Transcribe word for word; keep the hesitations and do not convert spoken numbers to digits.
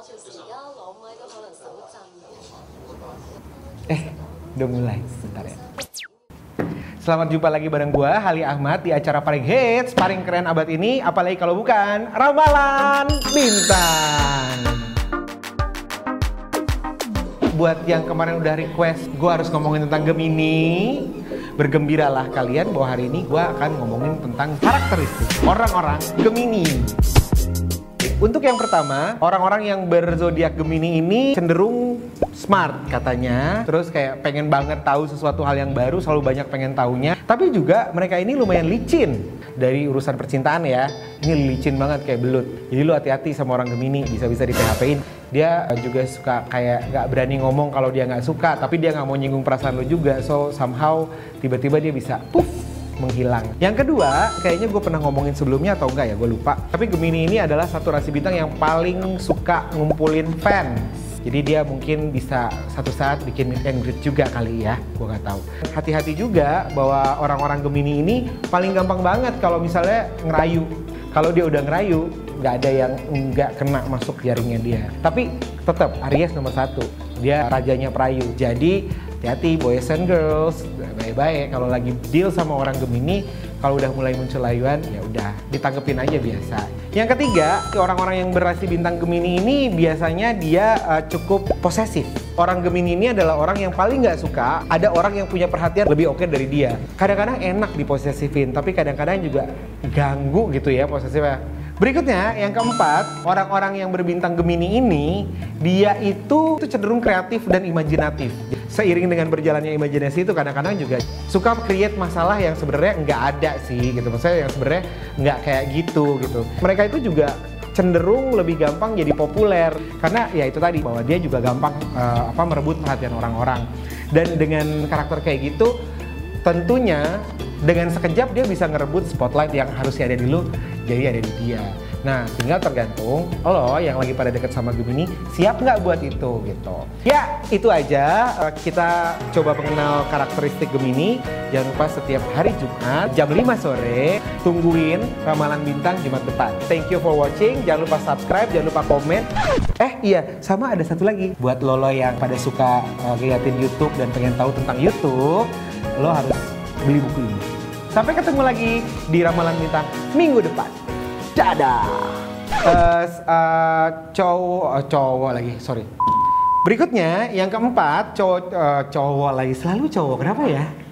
Eh, udah mulai, sebentar ya. Selamat jumpa lagi bareng gua, Hali Ahmad, di acara paling hits, paling keren abad ini, apalagi kalau bukan Ramalan Bintang. Buat yang kemarin udah request, gua harus ngomongin tentang Gemini. Bergembiralah kalian bahwa hari ini gua akan ngomongin tentang karakteristik orang-orang Gemini. Untuk yang pertama, orang-orang yang berzodiak Gemini ini cenderung smart katanya. Terus kayak pengen banget tahu sesuatu hal yang baru, selalu banyak pengen taunya. Tapi juga mereka ini lumayan licin dari urusan percintaan ya. Ini licin banget kayak belut. Jadi lu hati-hati sama orang Gemini, bisa-bisa di P H P-in. Dia juga suka kayak gak berani ngomong kalau dia gak suka, tapi dia gak mau nyinggung perasaan lu juga. So somehow tiba-tiba dia bisa puff menghilang. Yang kedua, kayaknya gue pernah ngomongin sebelumnya atau enggak ya, gue lupa. Tapi Gemini ini adalah satu rasi bintang yang paling suka ngumpulin fans. Jadi dia mungkin bisa satu saat bikin meet and greet juga kali ya, gue nggak tahu. Hati-hati juga bahwa orang-orang Gemini ini paling gampang banget kalau misalnya ngerayu. Kalau dia udah ngerayu, nggak ada yang nggak kena masuk jaringnya dia. Tapi tetap Aries nomor satu, dia rajanya perayu. Jadi hati-hati boys and girls, baik-baik kalau lagi deal sama orang Gemini, kalau udah mulai muncul layuan ya udah ditanggepin aja biasa. Yang ketiga, orang-orang yang berrasi bintang Gemini ini biasanya dia uh, cukup posesif. Orang Gemini ini adalah orang yang paling nggak suka ada orang yang punya perhatian lebih oke dari dia. Kadang-kadang enak diposesifin, tapi kadang-kadang juga ganggu gitu ya posesifnya. Berikutnya, yang keempat, orang-orang yang berbintang Gemini ini, dia itu cenderung kreatif dan imajinatif. Seiring dengan berjalannya imajinasi itu kadang-kadang juga suka create masalah yang sebenarnya nggak ada sih gitu. Maksudnya yang sebenarnya nggak kayak gitu gitu. Mereka itu juga cenderung lebih gampang jadi populer karena ya itu tadi bahwa dia juga gampang uh, apa merebut perhatian orang-orang. Dan dengan karakter kayak gitu, tentunya dengan sekejap dia bisa ngerebut spotlight yang harusnya ada di lu, jadi ada di dia. Nah, tinggal tergantung lo yang lagi pada deket sama Gemini, siap nggak buat itu gitu. Ya, itu aja. Kita coba mengenal karakteristik Gemini. Jangan lupa setiap hari Jumat jam lima sore, tungguin Ramalan Bintang Jumat depan. Thank you for watching. Jangan lupa subscribe, jangan lupa komen. Eh iya, sama ada satu lagi. Buat lo yang pada suka uh, liatin YouTube dan pengen tahu tentang YouTube, lo harus beli buku ini. Sampai ketemu lagi di Ramalan Bintang minggu depan. Dadah. Uh, uh, cowok, uh, cowok lagi, sorry. Berikutnya yang keempat, cowok, uh, cowok lagi, selalu cowok. Kenapa ya?